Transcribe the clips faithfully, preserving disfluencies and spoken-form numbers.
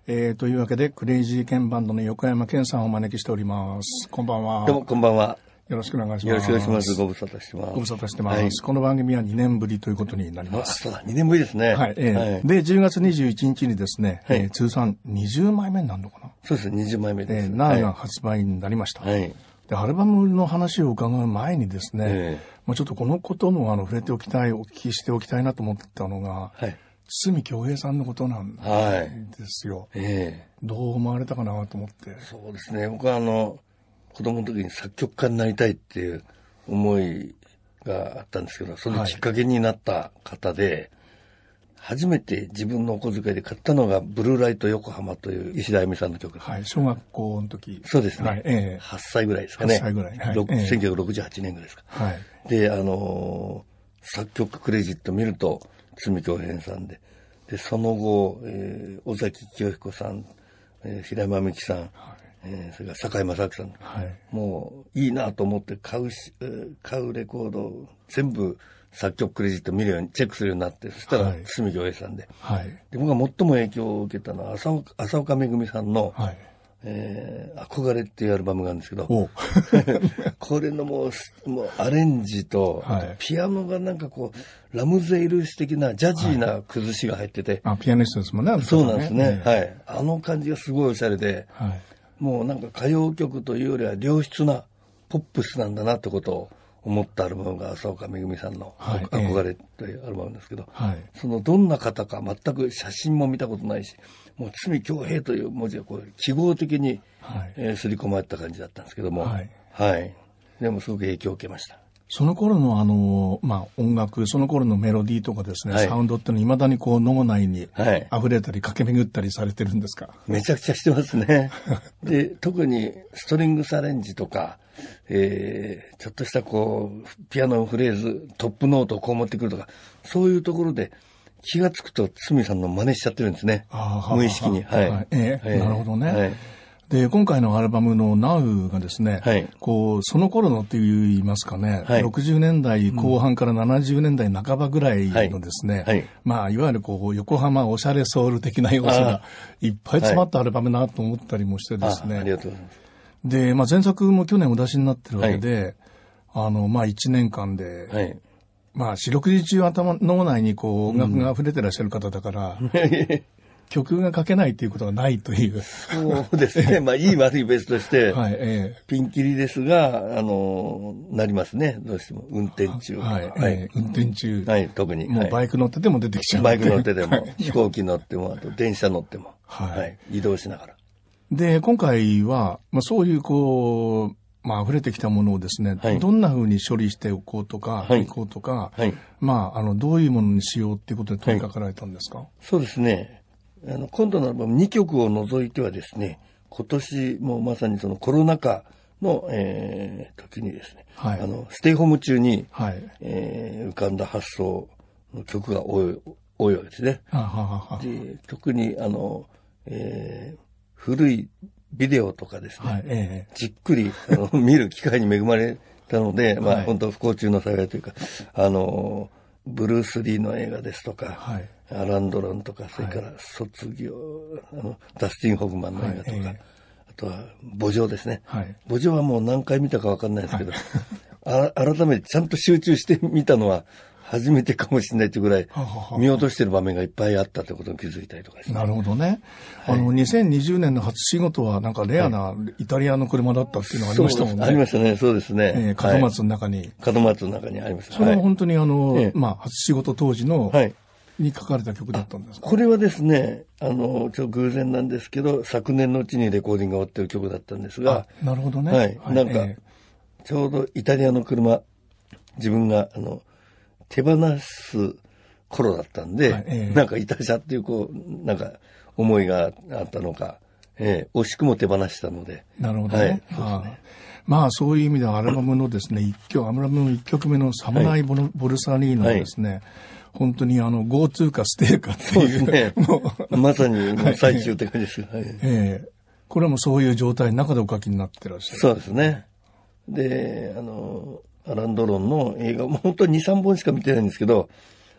えー、というわけでクレイジーケンバンドの横山健さんをお招きしております。こんばんは。 どうもこんばんは。 よろしくお願いします。 よろしくお願いします。ご無沙汰してます。 ご無沙汰してます、はい、この番組はにねんぶりということになります。 あ、そうだ、にねんぶりですね。 はい、えーはい、でじゅうがつにじゅういちにちにですね、はい、えー、通算にじゅうまいめになるのかな。 そうですね、にじゅうまいめです。 えー、ナーが発売になりました。 はい、 でアルバムの話を伺う前にですね、えー、もうちょっとこのことのあの触れておきたい、お聞きしておきたいなと思ったのが、はい、堤恭平さんのことなんですよ。はい、えー、どう思われたかなと思って。 そうですね、僕はあの子供の時に作曲家になりたいっていう思いがあったんですけど、そのきっかけになった方で、はい、初めて自分のお小遣いで買ったのがブルーライト横浜という石田あゆみさんの曲です。 はい、小学校の時。 そうですね、はい、えー、はっさいぐらいですかね。 はっさいぐらい、はい、 せんきゅうひゃくろくじゅうはちねんぐらいですか。はい、で、あのー、作曲クレジット見ると堤恭平さんで、でその後、えー、尾崎清彦さん、えー、平山美樹さん、はい、えー、それから坂井正明さん、はい、もういいなと思って買うし、買うレコードを全部作曲クレジット見るようにチェックするようになって、そしたら堤恭平さんで、はい、で僕が最も影響を受けたのは浅岡、浅岡めぐみさんの、はい、えー、憧れっていうアルバムがあるんですけどこれのもう、もうアレンジと、はい、ピアノがなんかこうラムゼイルス的なジャジーな崩しが入ってて、 はい、あピアニストですもんね。 そうなんですね、はい、あの感じがすごいおしゃれで、はい、もうなんか歌謡曲というよりは良質なポップスなんだなってことを思ったアルバムが浅岡めぐみさんの憧れというアルバムですけど、はい、そのどんな方か全く写真も見たことないし、もう堤恭平という文字がこう記号的に、はい、えー、刷り込まれた感じだったんですけども、はいはい、でもすごく影響を受けました。 その頃のあの、まあ、音楽、その頃のメロディーとかですね、はい、サウンドっての未だにこう脳内に溢れたり駆け巡ったりされてるんですか？ めちゃくちゃしてますね。で、特にストリングスアレンジとか、えー、ちょっとしたこうピアノフレーズトップノートをこう持ってくるとか、そういうところで気がつくと堤さんの真似しちゃってるんですね。あ無意識に。はい。はい、 えー、なるほどね。はい、で今回のアルバムの ナウ がですね、はい、こうその頃のって言いますかね、はい、ろくじゅうねんだいこう半からななじゅうねんだいなかばぐらいのですね、はいはい、まあいわゆるこう横浜おしゃれソウル的な要素がいっぱい詰まったアルバムなと思ったりもしてですね。 あありがとうございます。 で、まあ、前作も去年お出しになってるわけで、はい、あのまあいちねんかんで、はい、まあ四六時中頭脳内にこう音楽が溢れてらっしゃる方だから、うん、曲が書けないということがないという。 そうですね。まあいい悪い別として、はい、えー、ピンキリですが、あのなりますね。どうしても運転中、 はい、はい、えー、運転中、 はい、特にもうバイク乗ってても出てきちゃう。 バイク乗ってても飛行機乗ってもあと電車乗っても、はい、はい、移動しながら。 で今回は、まあ、そういうこう、まあ、溢れてきたものをですね、はい、どんな風に処理しておこうとか、はい、いこうとか、はい、まあ、あのどういうものにしようっていうことで問いかけられたんですか？はい、 そうですね。あの今度のアルバムにきょくを除いてはですね、今年もまさにそのコロナ禍の、えー、時にですね、はい、あのステイホーム中に、はい、えー、浮かんだ発想の曲が多い、多いわけですね。はははで特にあのえー、古いビデオとかですね、はいええ、じっくりあの見る機会に恵まれたので、まあ、はい、本当不幸中の幸いというか、あのブルース・リーの映画ですとか、はい、アラン・ドロンとか、それから卒業、はい、あのダスティン・ホフマンの映画とか、はいええ、あとは墓場ですね、はい、墓場はもう何回見たか分かんないですけど、はい、あ改めてちゃんと集中して見たのは初めてかもしれないというぐらい見落としている場面がいっぱいあったということに気づいたりとかですね。 なるほどね。はい、あのにせんにじゅうねんの初仕事はなんかレアなイタリアの車だったっていうのがありましたもんね。 ありましたね。そうですね。 えー、門松の中に、はい、 門松の中にありました。 それは本当にあの、はい、まあ初仕事当時の、はい、に書かれた曲だったんですか？ これはですね、あのちょっと偶然なんですけど、昨年のうちにレコーディングが終わってる曲だったんですが、 なるほどね。 はい。はい、なんか、えー、ちょうどイタリアの車、自分があの手放す頃だったんで、はいえー、なんかいた車っていうこうなんか思いがあったのか、えー、惜しくも手放したので。 なるほどね。はい、そうですね。あまあそういう意味ではアルバムのですね一曲アルバムの一曲目のサムライボル、はい、ボルサリーノはですね、はい、本当にあの ゴーツー かステーかっていう、そうですね、 もうまさにもう最終って感じです。はいえー、これもそういう状態の中でお書きになってらっしゃる。 そうですね。であのアラン・ドロンの映画も本当ににさんぼんしか見てないんですけど、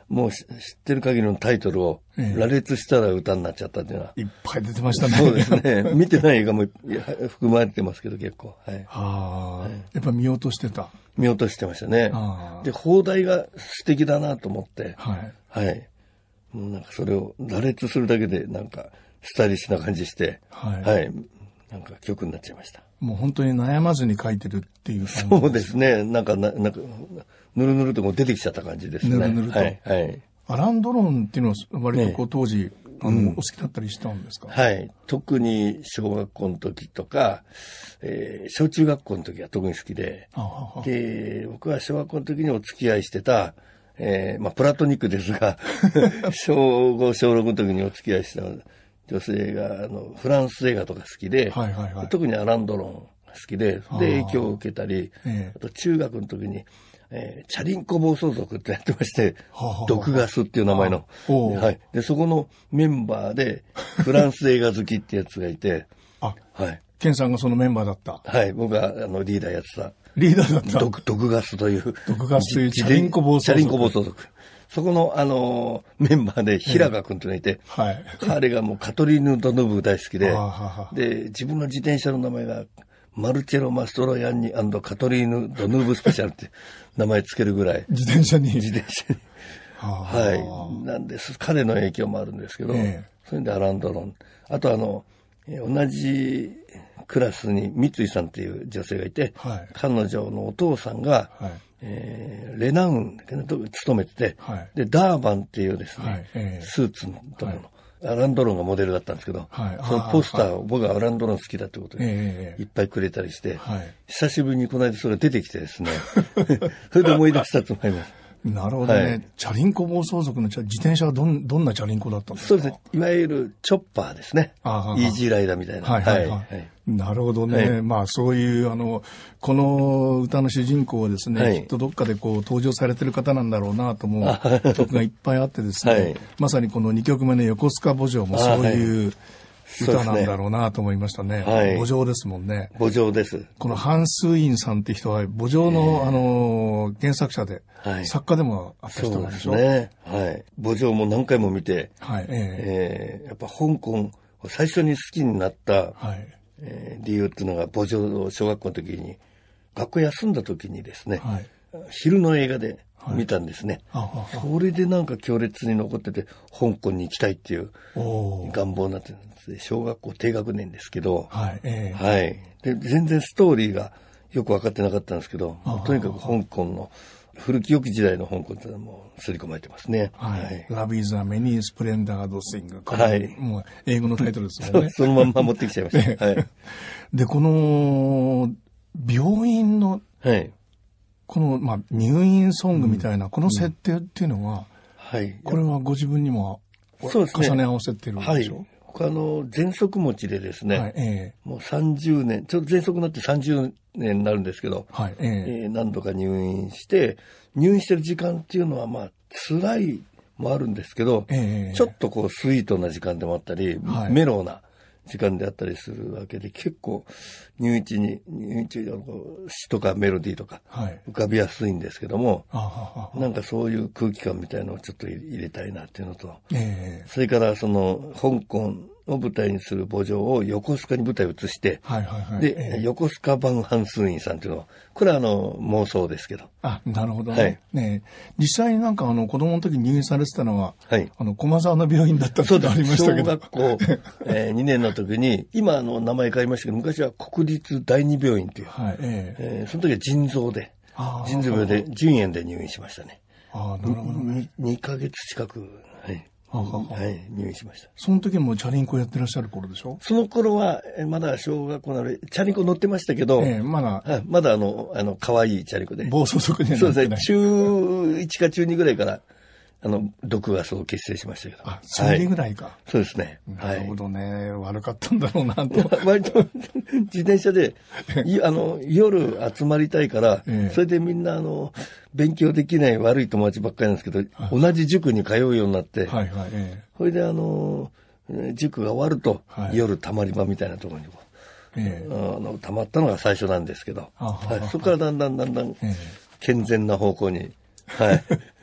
もう知ってる限りのタイトルを羅列したら歌になっちゃったっていうのは、 いっぱい出てましたね。 そうですね。見てない映画も含まれてますけど結構。はい。 はあ、はい、やっぱ見落としてた。 見落としてましたね。で、放題が素敵だなと思って、 はい。 はい。もうなんかそれを羅列するだけでなんかスタイリッシュな感じして、はい。はい。なんか曲になっちゃいました。 もう本当に悩まずに書いてるっていう感じです。 そうですね。なんかな、なんか、ぬるぬるとこう出てきちゃった感じですね。 ぬるぬると。 はい。はい、 アラン・ドロンっていうのは割とこう当時、ね、あの、うん、お好きだったりしたんですか？ はい。特に小学校の時とか、えー、小中学校の時は特に好きで、 ははで、僕は小学校の時にお付き合いしてた、えー、まあ、プラトニックですが、小ご、小ろくの時にお付き合いした女性が、あの、フランス映画とか好きで、 はいはいはい、 特にアラン・ドロンが好きで、で、影響を受けたり、えー、あと中学の時に、えー、チャリンコ暴走族ってやってまして、毒ガスっていう名前の、はい。で、そこのメンバーで、フランス映画好きってやつがいて、 あ、 はい。 ケンさんがそのメンバーだった。 はい。僕は、あの、リーダーやってた。 リーダーだった。 毒、毒ガスという。 毒ガスというチャリンコ暴走族。 チャリンコ暴走族。そこの、あのー、メンバーで、平川くんというのがいて、 はい。 彼がもうカトリーヌ・ドヌーブ大好きで、 ははで、自分の自転車の名前が、マルチェロ・マストロヤンニ&カトリーヌ・ドヌーブスペシャルって名前つけるぐらい。 自転車に。 自転車に。はい。なんです。彼の影響もあるんですけど、ええ、それでアラン・ドロン。あとあの、同じクラスに三井さんっていう女性がいて、はい、彼女のお父さんが、はい、えー、レナウンと勤めてて、はい、で、ダーバンっていうですね、はいええ、スーツのところの、はいアラン・ドロンがモデルだったんですけど、はい、そのポスターを僕はアラン・ドロン好きだってことで、いっぱいくれたりして、はい、久しぶりにこの間それ出てきてですね、それで思い出したと思います。 なるほどね。はい、チャリンコ暴走族の自転車はどんどんなチャリンコだったんですか？ そうですね。いわゆるチョッパーですね。あイージーライダーみたいな。 はいはいはい。はい、なるほどね。はい、まあそういうあのこの歌の主人公はですね、はい、きっとどっかでこう登場されてる方なんだろうなと思う曲がいっぱいあってですね、はい、まさにこのにきょくめの横須賀慕情もそういう歌なんだろうなと思いましたね。はい、慕情ですもんね。 慕情です。 このハンス・インさんって人は慕情の、あの原作者で、はい、作家でもあった人なんでしょう。 そうですね。はい。慕情も何回も見て、 はいえーえー、やっぱ香港を最初に好きになった、はいえー、理由っていうのが慕情を小学校の時に学校休んだ時にですね、はい、昼の映画で見たんですね、はい、それでなんか強烈に残ってて香港に行きたいっていう願望になってるんですね。小学校低学年ですけど、 はいえーはい、で全然ストーリーがよく分かってなかったんですけど、とにかく香港の古き良き時代の香港ってのはもう刷り込まれてますね。 はい。はい、Love is a many splendid thing。はい。もう英語のタイトルですもんね。 そ, そのまんま持ってきちゃいました。はい。 で、この病院の、 はい。 この、まあ、入院ソングみたいな、うん、この設定っていうのは、 はい。 これはご自分にも重ね合わせてるんでしょう？はい。 僕あの、喘息持ちでですね、はいえー、もうさんじゅうねん、ちょっと喘息になってさんじゅうねんになるんですけど、はいえーえー、何度か入院して、入院してる時間っていうのはまあ辛いもあるんですけど、えー、ちょっとこうスイートな時間でもあったり、はい、メローな時間であったりするわけで、結構入院中に、入院中に詩とかメロディーとか浮かびやすいんですけども、はい、なんかそういう空気感みたいなのをちょっと入れたいなっていうのと、えー、それからその香港を舞台にする慕情を横須賀に舞台を移して、はいはいはい、で、えー、横須賀版ハンスーインさんっていうのは、これはあの妄想ですけど。 あ、なるほどね。はい、ね実際になんかあの子供の時に入院されてたのは、はい、あの駒沢の病院だったってありましたけど。 小学校、えー、にねんの時に、今あの名前変えましたけど、昔は国立第二病院っていう、はいえーえー、その時は腎臓で、腎臓病で、腎炎で入院しましたね。 ああ、なるほどね。 にかげつ近く、はい。はははい、入院しました。 その時もチャリンコやってらっしゃる頃でしょ？ その頃は、まだ小学校なので、チャリンコ乗ってましたけど、ええ、まだ、はい、まだあの、あの、可愛いチャリンコで。 暴走族にはなってない。そうですね、中いちか中にぐらいから、あの、毒ガスを結成しましたけど。 あ、それぐらいか、はい。 そうですね。 なるほどね。はい、悪かったんだろうなと。 割と、自転車で、あの、夜集まりたいから、ええ、それでみんな、あの、勉強できない悪い友達ばっかりなんですけど、はい、同じ塾に通うようになって、はいはいええ、それであの、塾が終わると、はい、夜たまり場みたいなところにこう、ええ、あのたまったのが最初なんですけど、はい、そこからだんだんだんだん健全な方向に、はい、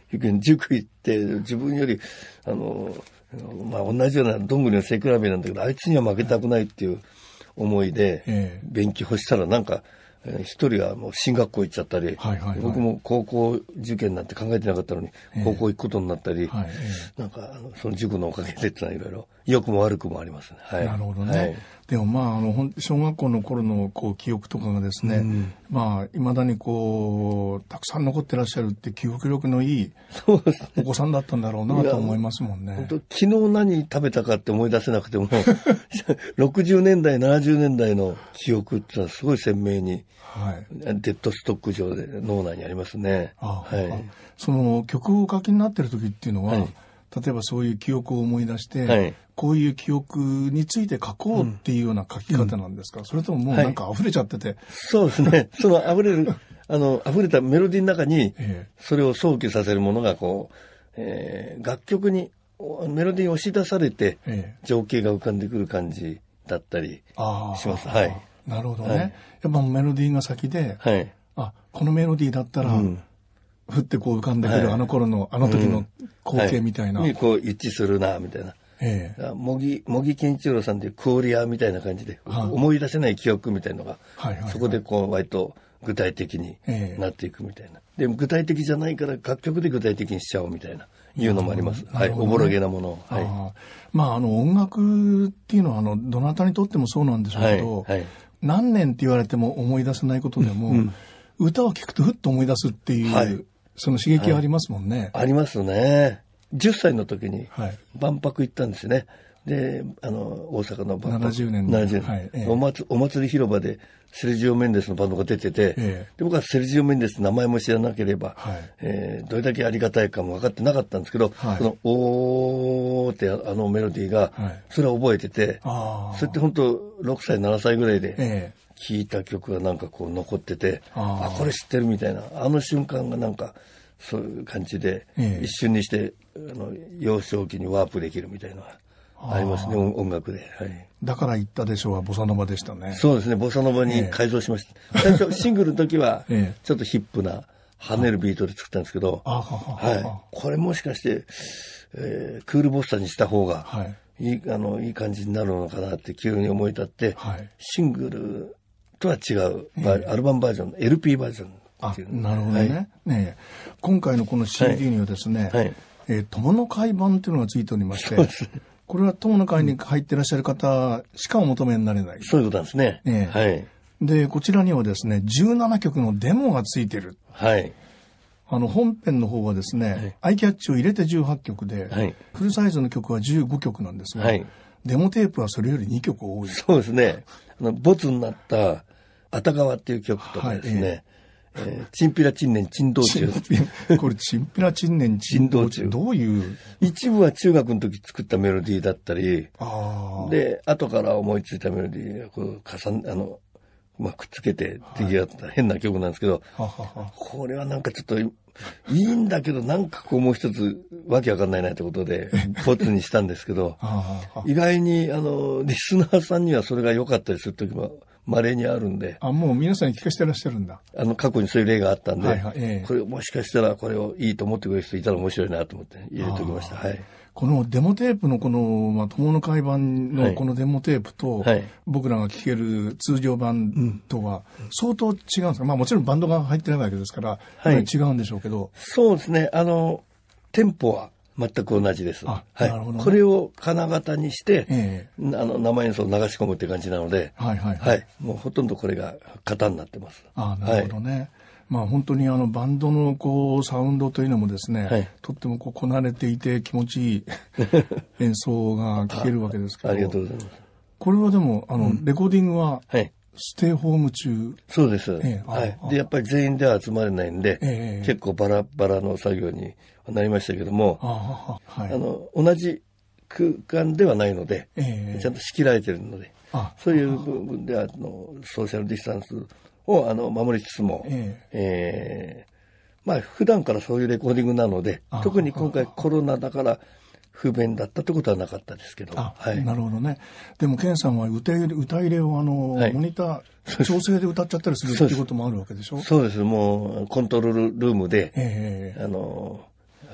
塾行って、自分より、あの、まあ、同じようなどんぐりの背比べなんだけど、あいつには負けたくないっていう思いで、勉強したらなんか、一人はもう進学校行っちゃったり、はいはいはい、僕も高校受験なんて考えてなかったのに、高校行くことになったり、はい、なんか、あのその塾のおかげでってのはいろいろ、良くも悪くもありますね。はい、 なるほどね。はい、でもまあ、あの、小学校の頃のこう記憶とかがですね、うん、まあ、未だにこう、たくさん残ってらっしゃるって記憶力のいいお子さんだったんだろうなと思いますもんね。 本当昨日何食べたかって思い出せなくても、ろくじゅうねんだい、ななじゅうねんだいの記憶ってのはすごい鮮明に、はい、デッドストック上で脳内にありますね。 ああ、はい、その曲をお書きになってる時っていうのは、はい、例えばそういう記憶を思い出して、はい、こういう記憶について書こうっていうような書き方なんですか、うん、それとももうなんか溢れちゃってて、はい、 そうですね。その溢れるあの溢れたメロディーの中にそれを想起させるものがこう、えー、楽曲にメロディーに押し出されて情景が浮かんでくる感じだったりします。はい。 なるほどね。はい、やっぱメロディーが先で、はい、あ、このメロディーだったら、うん、ふってこう浮かんでくる、はい、あの頃の、あの時の光景みたいな。 うんはい、にこう一致するな、みたいな。ええ、茂木、茂木健一郎さんというクオリアみたいな感じで、思い出せない記憶みたいなのが、はいはいはい、そこでこう割と具体的になっていくみたいな。でも具体的じゃないから楽曲で具体的にしちゃおうみたいな。いうのもあります。はい。おぼろげなものを。はい。 あまあ、あの、音楽っていうのは、あの、どなたにとってもそうなんでしょうけど、はいはい、何年って言われても思い出せないことでも、うん、歌を聴くとふっと思い出すっていう、はい、その刺激はありますもんね。 はい、ありますね。じゅっさいの時に、万博行ったんですね。で、あの、大阪の万博。 ななじゅうねん。 ななじゅうねん。はいええ、お祭お祭り広場で、セルジオ・メンデスのバンドが出てて、ええ、で僕はセルジオ・メンデスの名前も知らなければ、はいえー、どれだけありがたいかも分かってなかったんですけど、はい、その、おーってあのメロディーが、はい、それは覚えてて、それって本当ろくさい、ななさいぐらいで、聴いた曲がなんかこう残ってて、あ, あ、これ知ってるみたいな、あの瞬間がなんか、そういう感じで、ええ、一瞬にして、あの、幼少期にワープできるみたいな。ありますね、音楽で、はい。 だから言ったでしょうはボサノバでしたね。 そうですね、ボサノバに改造しました。ええ、最初シングルの時はちょっとヒップな跳ねるビートで作ったんですけど、はい、これもしかして、えー、クールボスターにした方がいい、はい、あのいい感じになるのかなって急に思い立って、はい、シングルとは違う、ええ、アルバムバージョン エルピー バージョンっていう、 あ、なるほどね。はい、ね今回のこの シーディー にはですね、はいはいえー、友の会版というのがついておりまして。これは友の会に入っていらっしゃる方しかお求めになれない。 そういうことなんですね。えー、はい。 で、こちらにはですね、じゅうななきょくのデモがついてる。はい。あの、本編の方はですね、はい、アイキャッチを入れてじゅうはっきょくで、はい、フルサイズの曲はじゅうごきょくなんですが、はい、デモテープはそれよりにきょく多い。 そうですね。あの、ボツになった、あたがわっていう曲とかですね、はいえーえー、チンピラチンネンチン道中。 これチンピラチンネンチン道中。どういう一部は中学の時作ったメロディーだったり、あで、後から思いついたメロディーをこう重ね、あの、まあ、くっつけて出来上がった変な曲なんですけど、はい、これはなんかちょっといいんだけど、なんかこうもう一つわけわかんないなってことで、ボツにしたんですけど、意外にあの、リスナーさんにはそれが良かったりする時も、稀にあるんで。 あ、もう皆さんに聞かせてらっしゃるんだ。 あの、過去にそういう例があったんで、はいはいええ、これもしかしたらこれをいいと思ってくれる人いたら面白いなと思って入れておきました。はい。 このデモテープのこの、まあ、友の会版のこのデモテープと、はい、僕らが聴ける通常版とは相当違うんですか、うん、まあもちろんバンドが入ってないわけですから、はい、違うんでしょうけど。 そうですね。あの、テンポは全く同じです。あ、はい。なるほどね、これを金型にして、えー、あの生演奏を流し込むって感じなので、はいはい、はい、はい。もうほとんどこれが型になってます。 あ、なるほどね。はい、まあ本当にあのバンドのこうサウンドというのもですね、はい、とってもこうこなれていて気持ちいい演奏が聴けるわけですけど、 あ、ありがとうございます。 これはでもあの、うん、レコーディングは、はい。ステイホーム中。 そうです。えー、はい。で、やっぱり全員では集まれないんで、えー、結構バラバラの作業になりましたけども、あ、はい、あの、同じ空間ではないので、えー、ちゃんと仕切られているので、そういう部分では、あの、ソーシャルディスタンスをあの守りつつも、えーえー、まあ、普段からそういうレコーディングなので、特に今回コロナだから、不便だったってことはなかったですけど。 あ、はい、なるほどね。でも、ケンさんは歌入れ、歌入れをあの、はい、モニター、調整で歌っちゃったりするっていうこともあるわけでしょ？ そうです。もう、コントロールルームで、えー、あの、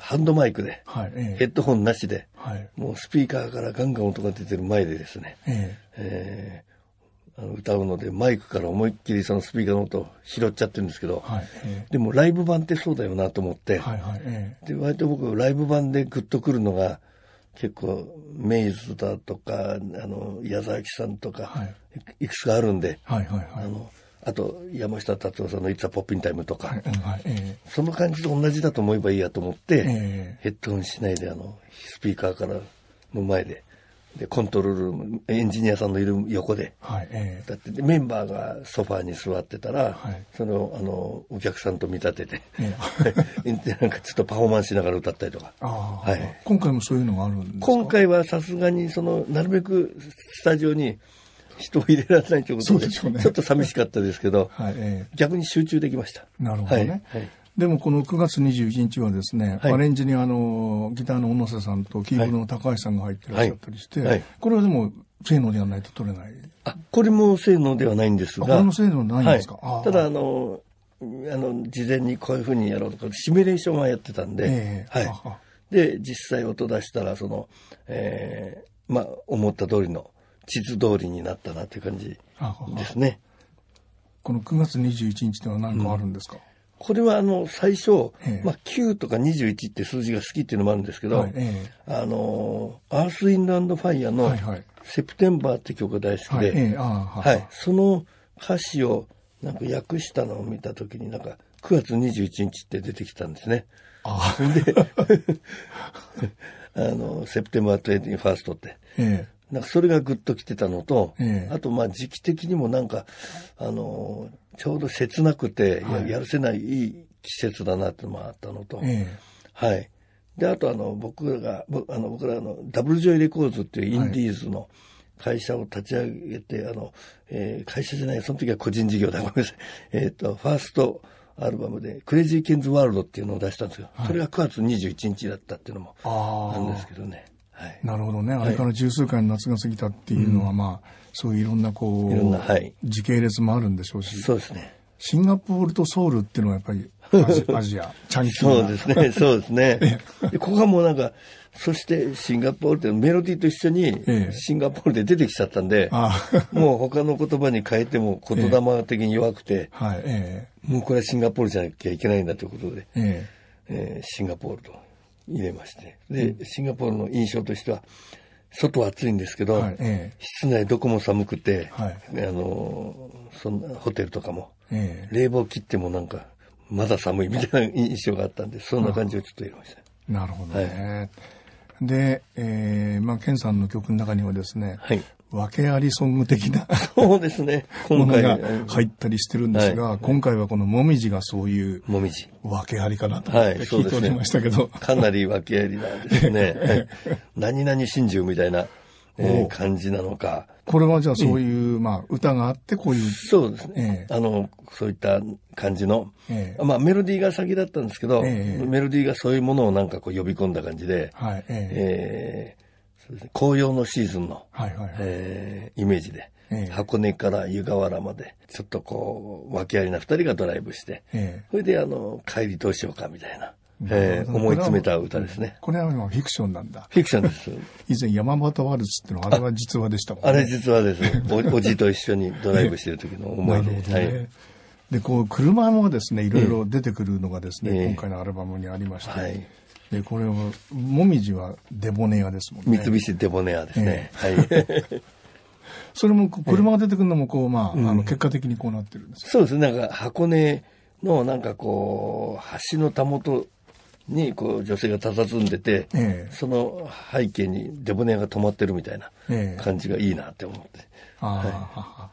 ハンドマイクで、 はいえー、 ヘッドホンなしで、 はい、 もうスピーカーからガンガン音が出てる前でですね、えーえー、あの歌うのでマイクから思いっきりそのスピーカーの音を拾っちゃってるんですけど、はいえー、でもライブ版ってそうだよなと思って、はいはいえー、で割と僕ライブ版でグッとくるのが結構メイズだとかあの矢沢さんとか、はい、いくつかあるんで、はいはいはい、あのあと山下達郎さんの「It's a Poppin' Time」とか、はいはいえー、その感じと同じだと思えばいいやと思って、えー、ヘッドホンしないであのスピーカーからの前ででコントロールルームエンジニアさんのいる横で、はいえー、だってでメンバーがソファーに座ってたら、はい、そのあのお客さんと見立てて、えー、なんかちょっとパフォーマンスしながら歌ったりとか、 はい、今回もそういうのがあるんですか？ 今回はさすがにそのなるべくスタジオに人を入れられないということ で, で、ね、ちょっと寂しかったですけど、はいえー、逆に集中できました。 なるほどね、はいはい、でもこのくがつにじゅういちにちはですね、はい、アレンジにあのギターの小野瀬さんとキーボードの高橋さんが入ってらっしゃったりして、はいはい、これはでも性能ではないと取れない。 あ、これも性能ではないんですが、 これも性能ないんですか？ はい、ただあのあの事前にこういうふうにやろうとかシミュレーションはやってたんで、えーはい、で実際音出したらその、えー、まあ思った通りの地図通りになったなという感じですね。 このくがつにじゅういちにちでは何かあるんですか？うん、 これはあの最初、ええまあ、きゅうとかにじゅういちって数字が好きっていうのもあるんですけど、はいええ、あのアース・ウィンド・アンド・ファイヤーのセプテンバーって曲が大好きで、はいええはい、その歌詞をなんか訳したのを見たときになんかくがつにじゅういちにちって出てきたんですね。あであのセプテンバーにじゅういちファーストって、ええなんかそれがグッときてたのと、ええ、あとまあ時期的にもなんかあのちょうど切なくて、はい、や, やるせないいい季節だなってのもあったのと、ええ、はいであとあの僕らがあの僕らのダブルジョイレコーズっていうインディーズの会社を立ち上げて、はい、あのえー、会社じゃないその時は個人事業だごめんなさいえっとファーストアルバムでクレイジーケンズワールドっていうのを出したんですよ、はい、それがくがつにじゅういちにちだったっていうのもあるんですけどね。はい、なるほどね。あれから十数回の夏が過ぎたっていうのは、はい、まあそういういろんなこういろんな、はい、時系列もあるんでしょうし、 そうですね。 シンガポールとソウルっていうのはやっぱりアジ, アジアチャンキーなそうですね、そうですね。でここはもうなんかそしてシンガポールってメロディーと一緒にシンガポールで出てきちゃったんで、ええ、もう他の言葉に変えても言霊的に弱くて、えはいええ、もうこれはシンガポールじゃなきゃいけないんだということで、えええー、シンガポールと入れまして、で、うん、シンガポールの印象としては外は暑いんですけど、はいええ、室内どこも寒くて、はい、あのそんなホテルとかも、ええ、冷房切ってもなんかまだ寒いみたいな印象があったんで、そんな感じをちょっと入れました。 なるほどね。はい、で、えー、まあケンさんの曲の中にはですね、はい、訳ありソング的なそうですね。 今回が入ったりしてるんですが、はい、今回はこのもみじがそういうもみじ訳ありかなと思って聞いておりましたけど、はいね、 かなり訳ありなんですね。はい、何々真珠みたいな、えー、感じなのか。 これはじゃあそういう、うん、まあ歌があってこういうそうですね。えー、あのそういった感じの、えー、まあメロディーが先だったんですけど、えー、メロディーがそういうものをなんかこう呼び込んだ感じで、はいえーえーそうですね、紅葉のシーズンの、はいはいはいえー、イメージで、えー、箱根から湯河原までちょっとこう訳ありな二人がドライブして、えー、それであの帰りどうしようかみたいな、えー、思い詰めた歌ですね。 これは今フィクションなんだ。 フィクションです。 以前山形ワルツってのはあれは実話でしたもんね。 あれ実話です。お, おじと一緒にドライブしてる時の思い出。なるほどね。はいでこう車もですねいろいろ出てくるのがですね、えー、今回のアルバムにありまして、はいでこれをもみじはデボネアですもんね。 三菱デボネアですね、えー、はいそれも車が出てくるのもこう、まあ、うん、あの結果的にこうなってるんですよ。 そうですね。なんか箱根のなんかこう橋のたもとにこう女性が佇んでて、えー、その背景にデボネアが止まってるみたいな感じがいいなって思って、えーあはい、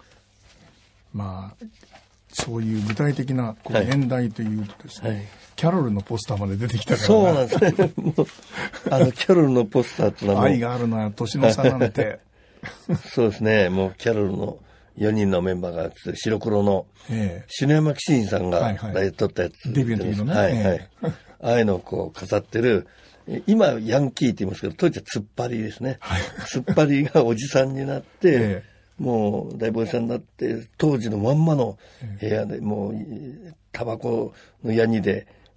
まあそういう具体的なこう年代というとですね、はいはい、キャロルのポスターまで出てきたからそうなんですね。もうあのキャロルのポスターってのは愛があるのは年の差なんてそうですね。もうキャロルのよにんのメンバーが白黒の篠山紀信さんが撮ったやつ、 はいはい、デビューの時のね、 はいはい、ああいうのをこう飾ってる今ヤンキーって言いますけど当時は突っ張りですね、はい、突っ張りがおじさんになって、ええもう大坊さんになって当時のまんまの部屋でもうタバコのヤニで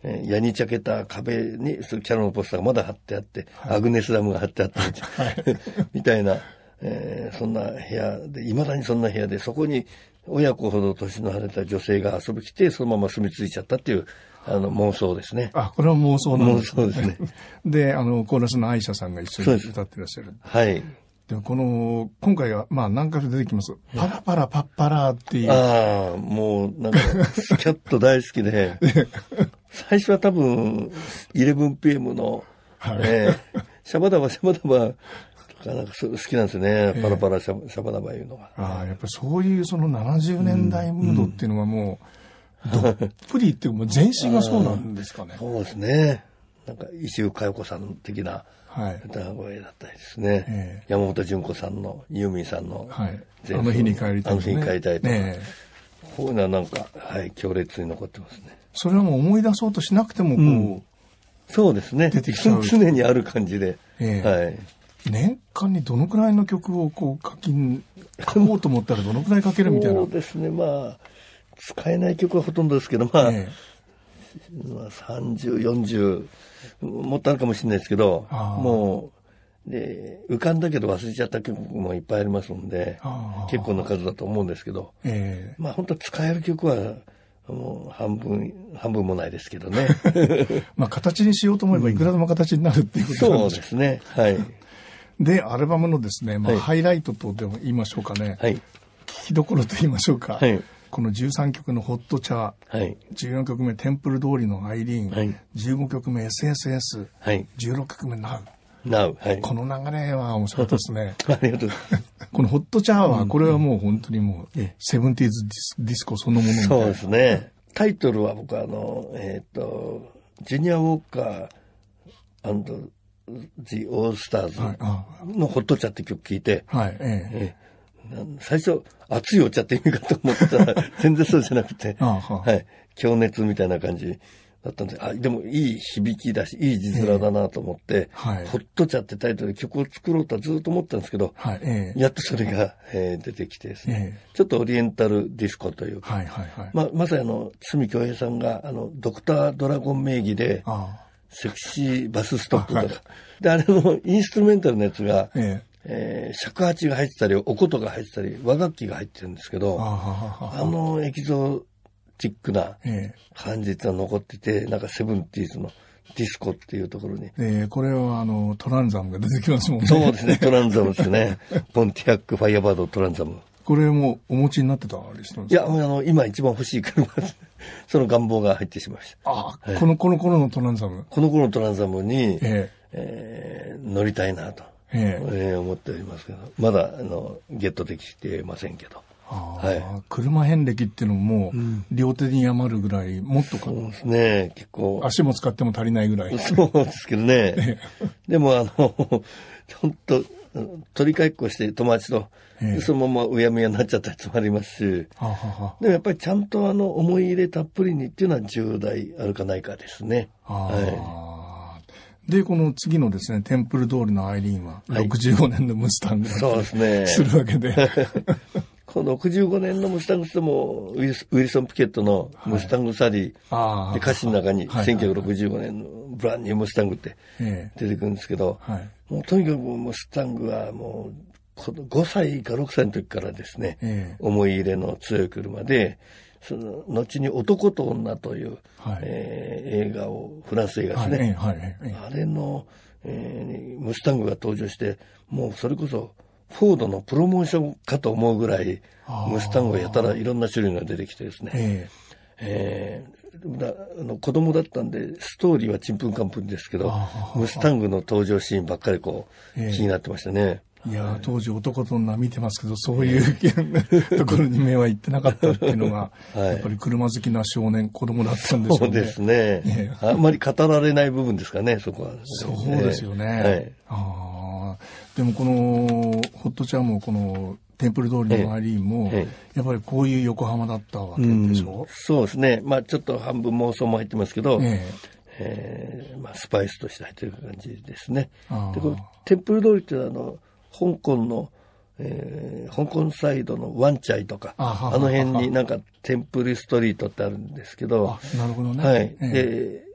えー、ヤニチャケた壁にキャロのポスターがまだ貼ってあって、はい、アグネスダムが貼ってあって、はい、みたいな、えー、そんな部屋で、いまだにそんな部屋で、そこに親子ほど年の離れた女性が遊び来て、そのまま住み着いちゃったっていう、あの妄想ですね。 あ、これは妄想なんですね。 妄想ですね。 で、あの、コーラスの愛車さんが一緒に歌ってらっしゃる。 はい。 でこの、今回は、まあ何回か出てきます。パラパラパッパラっていう。 ああ、もう、なんか、スキャット大好きで、最初は多分、イレブンピーエム の、はい、えー、シャバダバシャバダバ、なんか好きなんですよね。えー、パラパラシャバシャバダバいうのが。 ああ、やっぱりそういうそのななじゅうねんだいムードっていうのはもう、どっぷりっていうか、もう全身がそうなんですかね。 そうですね。なんか、石井佳代子さん的な歌声だったりですね。はい、えー、山本純子さんの、ユーミンさんの、 はい、あの日に帰りたい、ね。 あの日に帰りたいとか。えー、こういうのはなんか、はい、強烈に残ってますね。 それはもう思い出そうとしなくてもこう、うん、 そうですね。 出てきちゃう。 常にある感じで。えー、はい。 年間にどのくらいの曲をこう書き、書こうと思ったらどのくらい書けるみたいな。 そうですね。まあ、使えない曲はほとんどですけど、まあ、えー、まあさんじゅう、よんじゅう、もっとあるかもしれないですけど、もう、で、浮かんだけど忘れちゃった曲もいっぱいありますので、結構な数だと思うんですけど、えー、まあ本当は使える曲は、もう半分、半分もないですけどね。 まあ形にしようと思えばいくらでも形になるっていうことなんです、 そうですね。はい。 で、アルバムのですね、まあ、はい、ハイライトとでも言いましょうかね。はい。聞きどころと言いましょうか。はい。このじゅうさんきょくのホットチャー。はい。じゅうよんきょくめテンプル通りのアイリーン。はい。じゅうごきょくめ エスエスエス。はい。じゅうろっきょくめナウ。 ナウ。はい。 この流れは面白かったですね。 ありがとうございます。 このホットチャーは、これはもう本当にもう、セブンティーズディスコそのものみたいな。 そうですね。タイトルは僕はあの、えっと、ジュニア・ウォーカー&ジ・オールスターズのホットチャって曲聴いて、はい、ええ、最初、熱いお茶って意味かと思ったら、全然そうじゃなくて、はい、強熱みたいな感じだったんで、あ、でもいい響きだし、いい字面だなと思って、えーはい、ホットチャってタイトルで曲を作ろうとはずっと思ったんですけど、はいえー、やっとそれが、えー、出てきてですね、えー、ちょっとオリエンタルディスコというか、はいはいはい、ま、まさにあの、堤恭平さんが、あの、ドクタードラゴン名義で、あセクシーバスストップとか、はい、で、あれのインストゥルメンタルのやつが、えええー、尺八が入ってたり、お琴が入ってたり、和楽器が入ってるんですけど、あ, あのエキゾチックな感じが残ってて、なんかセブンティーズのディスコっていうところに。 えー、これはあのトランザムが出てきますもんね。 そうですね、トランザムですね。ポンティアックファイアバードトランザム。 これもお持ちになってたりしたんですか？ いや、あの、今一番欲しい車です。その願望が入ってしまいました。 ああ、はい、この、この頃のトランザム。 この頃のトランザムに、えーえー、乗りたいなと、えーえー、思っておりますけど、まだ、あの、ゲットできてませんけど。 はい、車遍歴っていうのも、うん、両手に余るぐらい、もっとか。 そうですね、結構。 足も使っても足りないぐらい。 そうですけどね。でも、あの、本当取り替えっこして友達と、ええ、そのままうやむやになっちゃったやつもありますし、はははでもやっぱりちゃんとあの思い入れたっぷりにっていうのはじゅう代あるかないかですね。 はい、で、この次のですね、テンプル通りのアイリーンは、ろくじゅうごねんのムスタングだったりするわけで。はい、 このろくじゅうごねんのムスタングってもウィル、ウィルソン・ピケットのムスタング・サリー、はい、で歌詞の中にせんきゅうひゃくろくじゅうごねんのブランニュー・ムスタングって出てくるんですけど、はい、もうとにかくムスタングはもうごさいかろくさいの時からですね、えー、思い入れの強い車で、その後に男と女という、はいえー、映画を、フランス映画ですね。はいはいはい、あれの、えー、ムスタングが登場して、もうそれこそフォードのプロモーションかと思うぐらい、ムスタングがやたらいろんな種類が出てきてですね。えーえー、だあの子供だったんでストーリーはちんぷんかんぷんですけど、ムスタングの登場シーンばっかりこう、えー、気になってましたね。 いや当時男と女見てますけど、そういうところに目は行ってなかったっていうのが、はい、やっぱり車好きな少年、子供だったんでしょうね。 そうですね。ねあんまり語られない部分ですかね、そこは。 そうですよね。はい、あでもこのホットチャーもこのテンプル通りのアイリーンも、ええ、やっぱりこういう横浜だったわけでしょう、うん、 そうですね。まあちょっと半分妄想も入ってますけど、えええーまあ、スパイスとして入ってる感じですね。でこのテンプル通りってあの香港の、えー、香港サイドのワンチャイとか あ, あの辺になんかテンプルストリートってあるんですけど、 あなるほどね、 はい、えー、で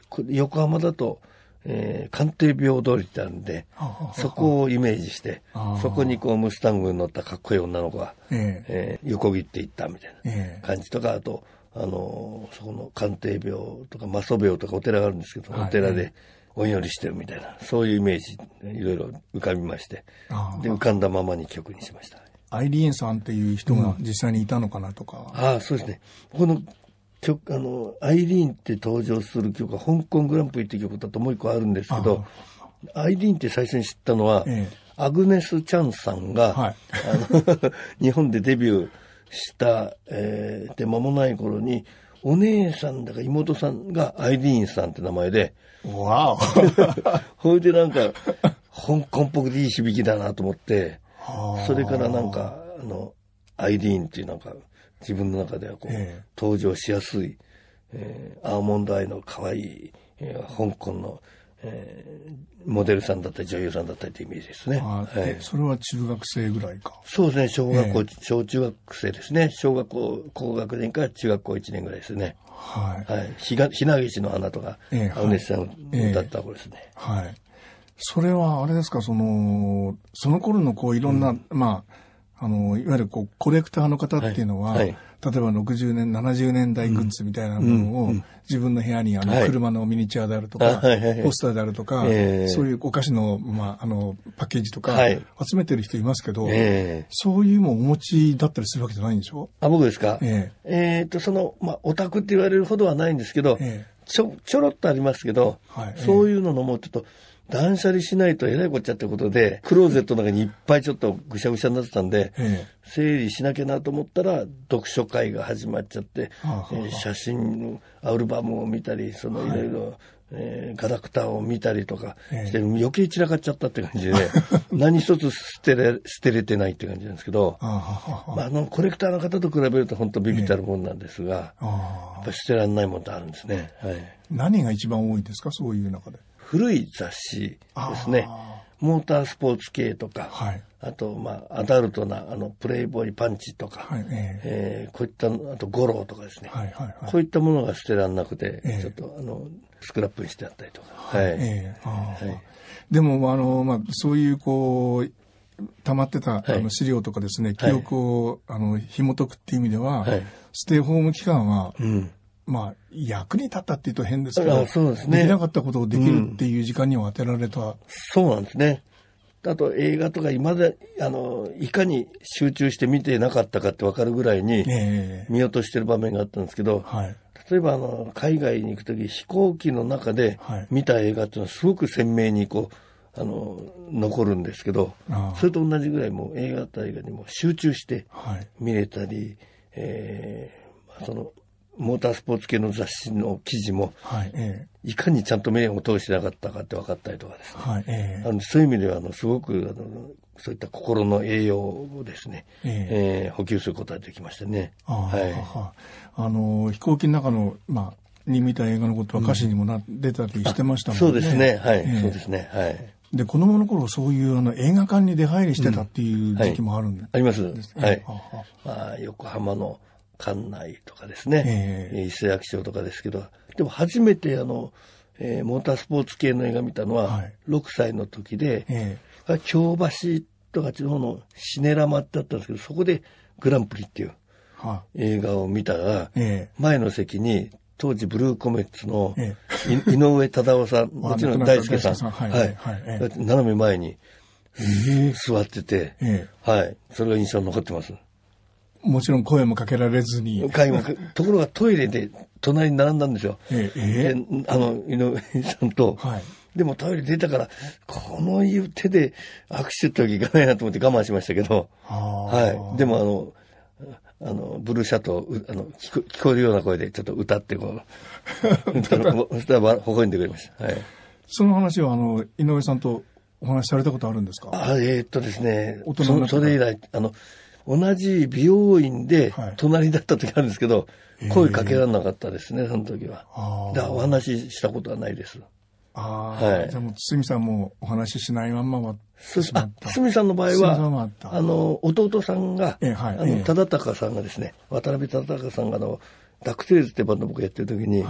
横浜だと、えー、官邸病通りってあるんで、そこをイメージして、そこにこうムスタングに乗ったかっこいい女の子が、ええー、横切っていったみたいな感じとか、あと、あのー、そこの官邸病とかマソ病とかお寺があるんですけど、はい、お寺でお祈りしてるみたいな、そういうイメージ、いろいろ浮かびまして、で、浮かんだままに曲にしました。 アイリーンさんっていう人が実際にいたのかなとか。 うん、ああ、そうですね。この曲、あの、アイリーンって登場する曲は香港グランプリって曲だともう一個あるんですけど、アイリーンって最初に知ったのは、ええ、アグネス・チャンさんが、はい、あの日本でデビューした、えー、で間もない頃に、お姉さんだか妹さんがアイリーンさんって名前で、 わおほいでなんか、香港っぽくていい響きだなと思って、それからなんか、あの、アイリーンっていうなんか、自分の中ではこう、えー、登場しやすい、えー、アーモンドアイの可愛い、えー、香港の、えー、モデルさんだったり女優さんだったりというイメージですね。 はい、それは中学生ぐらいか。 そうですね、小学校、えー、小中学生ですね。小学校高学年から中学校いちねんぐらいですね。はい。はい。ひが、ひなげしの花とか、えー、アグネスさん歌った頃ですね。 えー、はい。それはあれですか、その、その頃のこういろんな、うん、まあ、あの、いわゆるこう、コレクターの方っていうのは、はいはい、例えばろくじゅうねん、ななじゅうねんだいグッズみたいなものを、うんうん、自分の部屋にあの、はい、車のミニチュアであるとか、はいはいはい、ポスターであるとか、えー、そういうお菓子の、まあ、あの、パッケージとか、集めてる人いますけど、えー、そういうもんお持ちだったりするわけじゃないんでしょ？ あ、僕ですか？えー、えー、っと、その、まあ、オタクって言われるほどはないんですけど、えー、ちょ、ちょろっとありますけど、はい、そういうののもちょっと、断捨離しないとえらいこっちゃってことで、クローゼットの中にいっぱいちょっとぐしゃぐしゃになってたんで、ええ、整理しなきゃなと思ったら、読書会が始まっちゃって、はあはあ、えー、写真のアルバムを見たり、そのいろいろ、えー、ガラクタを見たりとかして、ええ、余計散らかっちゃったって感じで、何一つ捨てれ、捨てれてないって感じなんですけど、はあはあ、まあ、あの、コレクターの方と比べると本当ビビたるもんなんですが、ええ、やっぱ捨てられないものってあるんですね。はい。 何が一番多いですか、そういう中で。 古い雑誌ですね。モータースポーツ系とか、はい、あと、まあ、アダルトな、あの、プレイボーイパンチとか、はい、えーえー、こういった、あと、ゴローとかですね、はいはいはい。こういったものが捨てられなくて、えー、ちょっと、あの、スクラップにしてあったりとか。はい。えーはい、でも、あの、まあ、そういう、こう、溜まってた、あの資料とかですね、記憶を、あの、紐解くっていう意味では、はい、ステイホーム期間は、うんまあ、役に立ったって言うと変ですけど、そうですね。できなかったことをできるっていう時間には当てられた。うん、 そうなんですね。あと映画とか今で、あの、いかに集中して見てなかったかって分かるぐらいに見落としてる場面があったんですけど、はい、例えばあの、海外に行くとき飛行機の中で見た映画っていうのはすごく鮮明にこう、あの、残るんですけど、それと同じぐらいもう映画と映画にも集中して見れたり、はい、えー、その、モータースポーツ系の雑誌の記事も、はいえー、いかにちゃんと目を通してなかったかって分かったりとかですね。はいえー、あのそういう意味ではあのすごくあのそういった心の栄養をですね、えーえー、補給することができましたね。あ、はい、 あの飛行機の中の、まあ、に見た映画のことは歌詞にもな、うん、出たりしてましたもんね。 そうですね。はい、えー、そうですね。はい。 で子供の頃そういうあの映画館に出入りしてたっていう時期もあるんです、うんはい、あります。はい。まあ、横浜の館内とかですね、えー、伊勢焼町とかですけど、でも初めてあの、えー、モータースポーツ系の映画見たのはろくさいの時で、えー、京橋とか地方のシネラマってあったんですけど、そこでグランプリっていう映画を見たら、えー、前の席に当時ブルーコメッツの、えー、井上忠夫さん、もちろん大輔さん、さんはいはいはいえー、斜め前に座ってて、えー、はい、それが印象に残ってます。 もちろん声もかけられずに。 ところがトイレで隣に並んだんですよ。ええであの、井上さんと。はい、でもトイレ出たから、この手で握手ってわけいかないなと思って我慢しましたけど。はい。でもあの、あの、ブルーシャトー、あの聞こ、聞こえるような声でちょっと歌ってこう。そしたら微笑んでくれました。はい。 その話はあの、井上さんとお話しされたことあるんですか？ あ、えー、っとですね。大人のそれ以来、あの、同じ美容院で隣だった時あるんですけど、はい、声かけられなかったですね、その時は。だからお話ししたことはないです。 ああ、はい、じゃあもう堤さんもお話ししないまんまはそうです。あ、堤さんの場合は、あの、弟さんが、えはい、あの、忠敬さんがですね、渡辺忠敬さんがあの、ダクテールってバンド僕やってる時に、はい、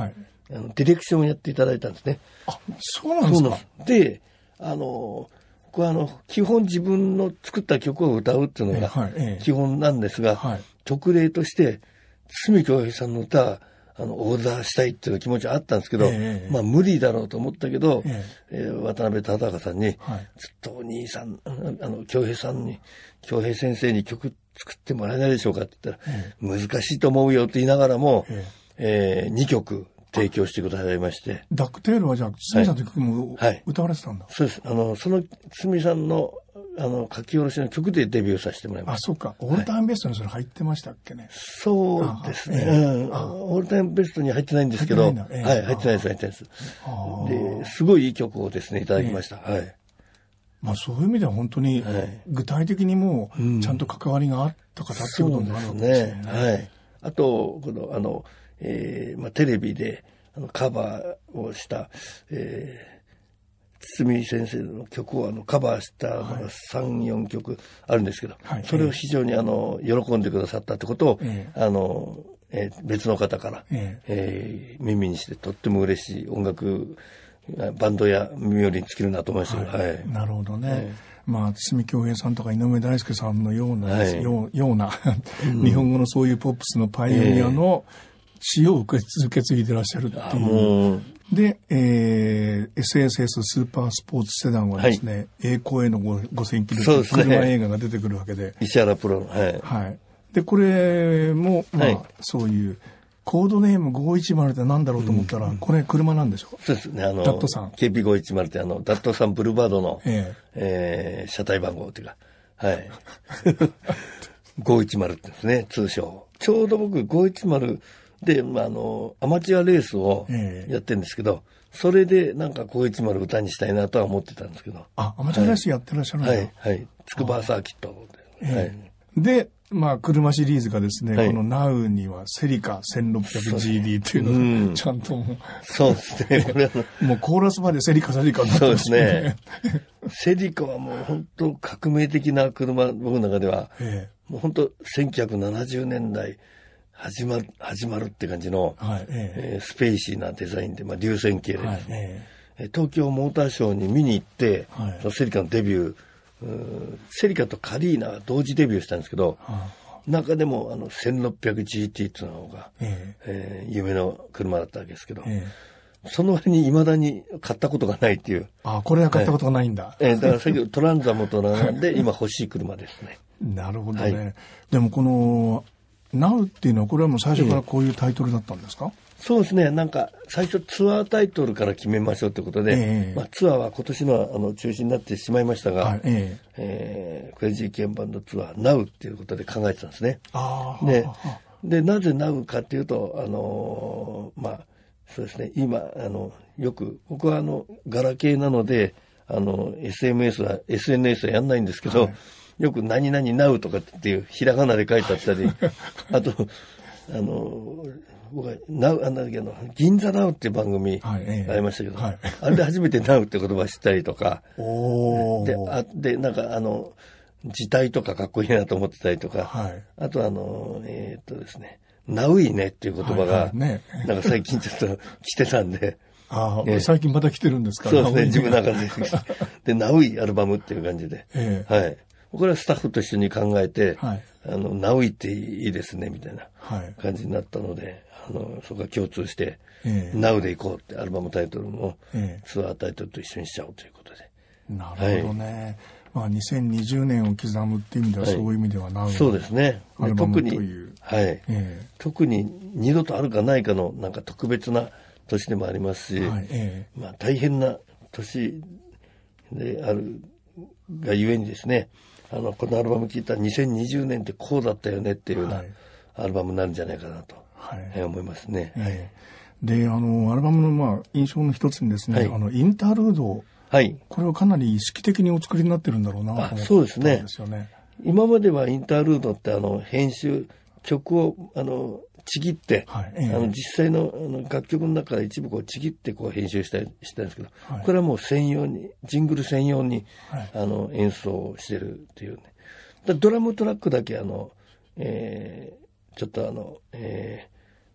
あのディレクションをやっていただいたんですね。 あ、そうなんですか。 で、あの、これあの、基本自分の作った曲を歌うっていうのが基本なんですが、はいはい、特例として、堤恭平さんの歌、あの、オーダーしたいっていう気持ちはあったんですけど、えー、まあ無理だろうと思ったけど、えーえー、渡辺忠孝さんに、はい、ずっとお兄さん、あの、恭平さんに、恭平先生に曲作ってもらえないでしょうかって言ったら、えー、難しいと思うよって言いながらも、えーえー、にきょく提供してくださいまして。 ダックテールはじゃあ、堤さんの曲も、はい、歌われてたんだ。 そうです。あの、その堤さんの、あの、書き下ろしの曲でデビューさせてもらいました。 あ、そうか。オールタイムベストにそれ入ってましたっけね。はい、 そうですね、えーうん。オールタイムベストに入ってないんですけど、えー、はい、入ってないです、入ってないです。で、すごいいい曲をですね、いただきました。えー、はい。 まあそういう意味では本当に、具体的にもう、ちゃんと関わりがあった方っていうことになるわけですね。うん、そうですね。はい。 あと、この、あの、えー、まあテレビで、あの、カバーをした、えー、堤先生の曲をあのカバーしたのがさん、よんきょくあるんですけど、はい、それを非常にあの喜んでくださったってことを、えー、あの、えー、別の方から、えーえー、耳にしてとっても嬉しい音楽、バンドや耳寄りに尽きるなと思いましたけど、はいはい、 なるほどね。はい、まあ、堤恭平さんとか井上大輔さんのような、はい、ようような日本語のそういうポップスのパイオニアの血を受け継いでらっしゃるっていう。で、えー、エスエスエス スーパースポーツセダンはですね、はい、栄光へのごせんキロという車映画が出てくるわけで。 石原プロの、はい。 はい。で、これも、まあ、はい、そういう、コードネームごひゃくじゅうって何だろうと思ったら、うん、これ車なんでしょそうですね、あの、 ダットさん。 ケーピーごひゃくじゅう ってあの、ダットさんブルーバードの、えー、えー、車体番号っていうか、はい。ごひゃくじゅうってですね、通称。ちょうど僕ごひゃくじゅうで、まあ、あの、アマチュアレースをやってるんですけど、えー、それでなんかごひゃくじゅう歌にしたいなとは思ってたんですけど。 あ、アマチュアレースやってらっしゃるんだ。 はい、はい。筑波サーキットで。はい。 で、まあ、車シリーズがですね、はい、この ナウ にはセリカ せんろっぴゃくジーディー っていうのが、ちゃんともう、 そうですね。これもうコーラスまでセリカセリカになってますね。 そうですね。セリカはもう本当革命的な車、僕の中では、ええ、もう本当せんきゅうひゃくななじゅうねんだい始まる、始まるって感じの、はいえええー、スペーシーなデザインで、まあ、流線形でですね、はいええ、東京モーターショーに見に行って、はい、そのセリカのデビュー、セリカとカリーナが同時デビューしたんですけど、はあ、中でもあの せんろっぴゃくジーティー っていうのが、えええー、夢の車だったわけですけど、ええ、その割に未だに買ったことがないっていう。 ああ、これは買ったことがないんだ。 ええー、だから先ほどトランザムと並んで今欲しい車ですね。 なるほどね。はい、でもこの、ナウ っていうのはこれはもう最初からこういうタイトルだったんですか？ ええ、そうですね。なんか最初ツアータイトルから決めましょうということで、ええまあ、ツアーは今年のあの中止になってしまいましたが、はいえええー、クレイジーケンバンドツアー ナウ っていうことで考えてたんですね。あででなぜ ナウ かっていうと、あのー、まあそうですね。今あのよく僕はあのガラケーなのであの エスエムエス は エスエヌエス はやんないんですけど。はいよく何々ナウとかっていうひらがなで書いてあったり、あと、あの、僕はナウ、あの、銀座ナウっていう番組がありましたけど、はいはい、あれで初めてナウって言葉知ったりとか、で、あで、なんかあの、字体とかかっこいいなと思ってたりとか、はい、あとあの、えー、っとですね、ナウイねっていう言葉が、はいはいね、なんか最近ちょっと来てたんで、 ああ、最近また来てるんですか？ そうですね、自分の中で。で、ナウイアルバムっていう感じで、えー、はい。これはスタッフと一緒に考えて、はい、あの、ナウイっていいですね、みたいな感じになったので、はい、あの、そこが共通して、えー、ナウで行こうってアルバムタイトルも、えー、ツアータイトルと一緒にしちゃおうということで。 なるほどね。はい、まあ、にせんにじゅうねんを刻むっていう意味では、そういう意味ではナウ、はい、 そうですね。 アルバムという。 はい。えー、特に二度とあるかないかの、なんか特別な年でもありますし、はいえー、まあ、大変な年であるがゆえにですね、あの、このアルバム聴いたらにせんにじゅうねんってこうだったよねっていうようなアルバムになるんじゃないかなと、はいえー、思いますね。はい、 で、あの、アルバムのまあ印象の一つにですね、はい、あの、インタールード、はい、これはかなり意識的にお作りになってるんだろうなと思ったんですよね。そうですね。 今まではインタールードってあの、編集、曲を、あの、ちぎって、はいえー、あの実際 の, あの楽曲の中から一部こうちぎってこう編集したりしたんですけど、はい、これはもう専用にジングル専用に、はい、あの演奏してるっていうね。だドラムトラックだけあの、えー、ちょっとあの、え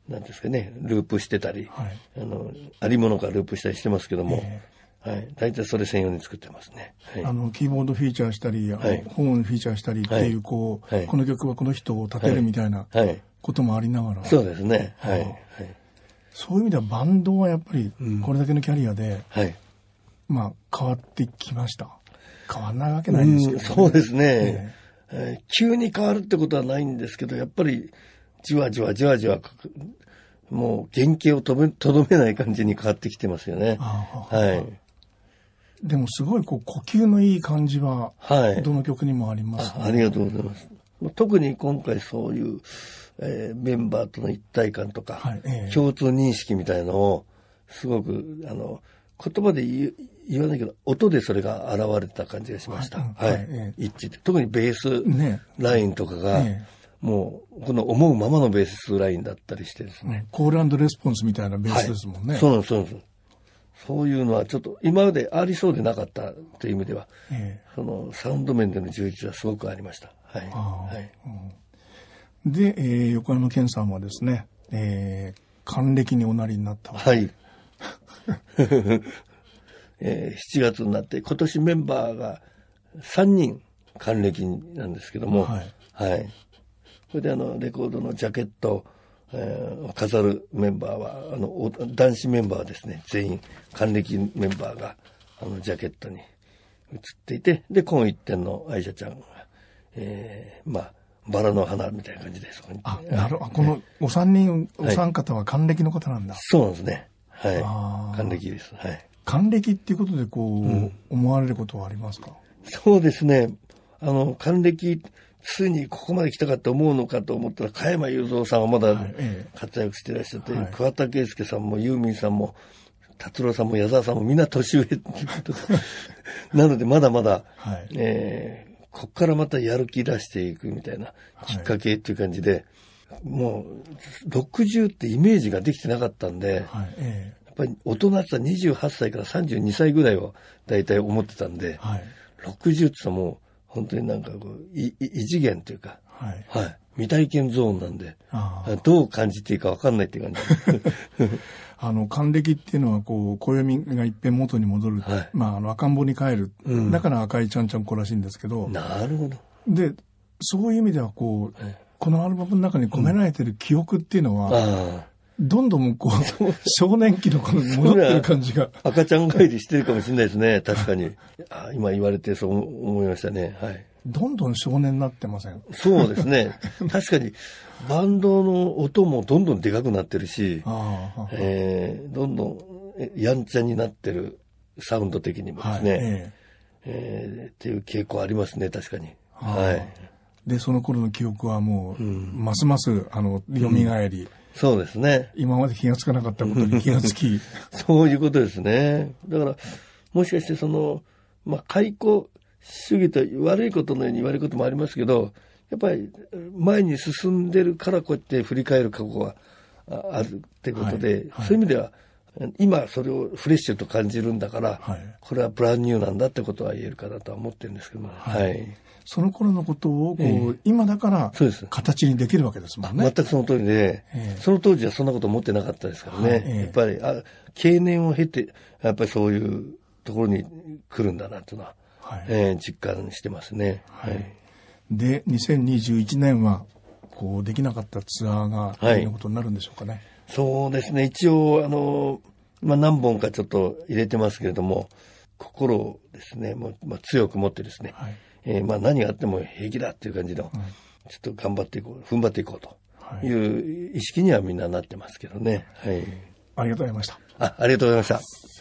なんですかね、ループしてたり、はい、あの、ありものからループしたりしてますけども、えー、はい。大体それ専用に作ってますね。はい、 あの、キーボードフィーチャーしたり、はい、本をフィーチャーしたりっていう、こう、はい、この曲はこの人を立てるみたいなこともありながら。はい、 そうですね。はい。はい、 そういう意味ではバンドはやっぱり、これだけのキャリアで、うん、はい、まあ、変わってきました。変わんないわけないですけど、ね、 そうですね、えーえー。急に変わるってことはないんですけど、やっぱり、じわじわじわじわ、もう原型をとめ、とどめない感じに変わってきてますよね。ああはい。 でもすごいこう呼吸のいい感じは、はい、どの曲にもあります、 ね、あ。ありがとうございます。特に今回そういう、えー、メンバーとの一体感とか、はいえー、共通認識みたいのを、すごく、あの、言葉で言, 言わないけど、音でそれが現れた感じがしました。はい。はいはいえー、一致で特にベースラインとかが、ねえーもう、この思うままのベースラインだったりしてですね。うん、 コール&レスポンスみたいなベースですもんね。 はい、そうなんです、そうなんです。そういうのはちょっと今までありそうでなかったという意味では、えー、そのサウンド面での充実はすごくありました。はい。はいうん、で、えー、横山健さんはですね、えー、還暦におなりになったわけで。 はい。えー、しちがつになって、今年メンバーがさんにん還暦なんですけども、はい。はいそれであのレコードのジャケット、えー、飾るメンバーはあの男子メンバーはですね全員還暦メンバーがあのジャケットに写っていてで今一点の愛車ちゃんが、えー、まあバラの花みたいな感じでそこにあなるほどこのお三人お三方は還暦の方なんだ、 はい、そうなんですねはい還暦ですはい還暦っていうことでこう、うん、思われることはありますかそうですねあの還暦ついにここまで来たかと思うのかと思ったら加山雄三さんはまだ活躍していらっしゃって、はい、桑田佳祐さんもユーミンさんも達郎さんも矢沢さんもみんな年上っていうことでなのでまだまだ、はいえー、ここからまたやる気出していくみたいなきっかけっていう感じで、はい、もうろくじゅうってイメージができてなかったんで、はいえー、やっぱり大人ってにじゅうはっさいからさんじゅうにさいぐらいを大体思ってたんで、はい、ろくじゅうって言ったらもう本当になんかこう異次元というか、はい、はい、未体験ゾーンなんで、どう感じていいか分かんないっていう感じ。 あの還暦っていうのはこう暦が一遍元に戻る、はい、まああの赤ん坊に帰る、うん、だから赤いちゃんちゃんこらしいんですけど、 なるほど。 でそういう意味ではこう、はい、このアルバムの中に込められている記憶っていうのは。うんどんどんこう少年期の頃に戻ってる感じが赤ちゃん帰りしてるかもしれないですね確かにあ今言われてそう思いましたねはいどんどん少年になってませんそうですね確かにバンドの音もどんどんでかくなってるしあ、えー、どんどんやんちゃになってるサウンド的にもですね、はいえーえー、っていう傾向ありますね確かにはいでその頃の記憶はもう、うん、ますますあの蘇り、うんそうですね。 今まで気がつかなかったことに気がつき。 そういうことですね。だから、もしかしてその、まあ、解雇主義と悪いことのように言われることもありますけど、やっぱり前に進んでるからこうやって振り返る過去があるってことで、はいはい、そういう意味では、今それをフレッシュと感じるんだから、はい、これはブランニューなんだってことは言えるかなとは思ってるんですけど、はい。はいその頃のことをこう、えー、今だから形にできるわけですもんね。 全くその通りで、えー、その当時はそんなこと思ってなかったですからね。はいえー、やっぱりあ経年を経てやっぱりそういうところに来るんだなというのは、はいえー、実感してますね。はい、 でにせんにじゅういちねんはこうできなかったツアーがどんなことになるんでしょうかね。はい、 そうですね一応あの、まあ、何本かちょっと入れてますけれども心をですねもう、まあ、強く持ってですね、はいえー、まあ何があっても平気だっていう感じの、うん、ちょっと頑張っていこう、踏ん張っていこうという意識にはみんななってますけどね。はい。 ありがとうございました。 あ、ありがとうございました。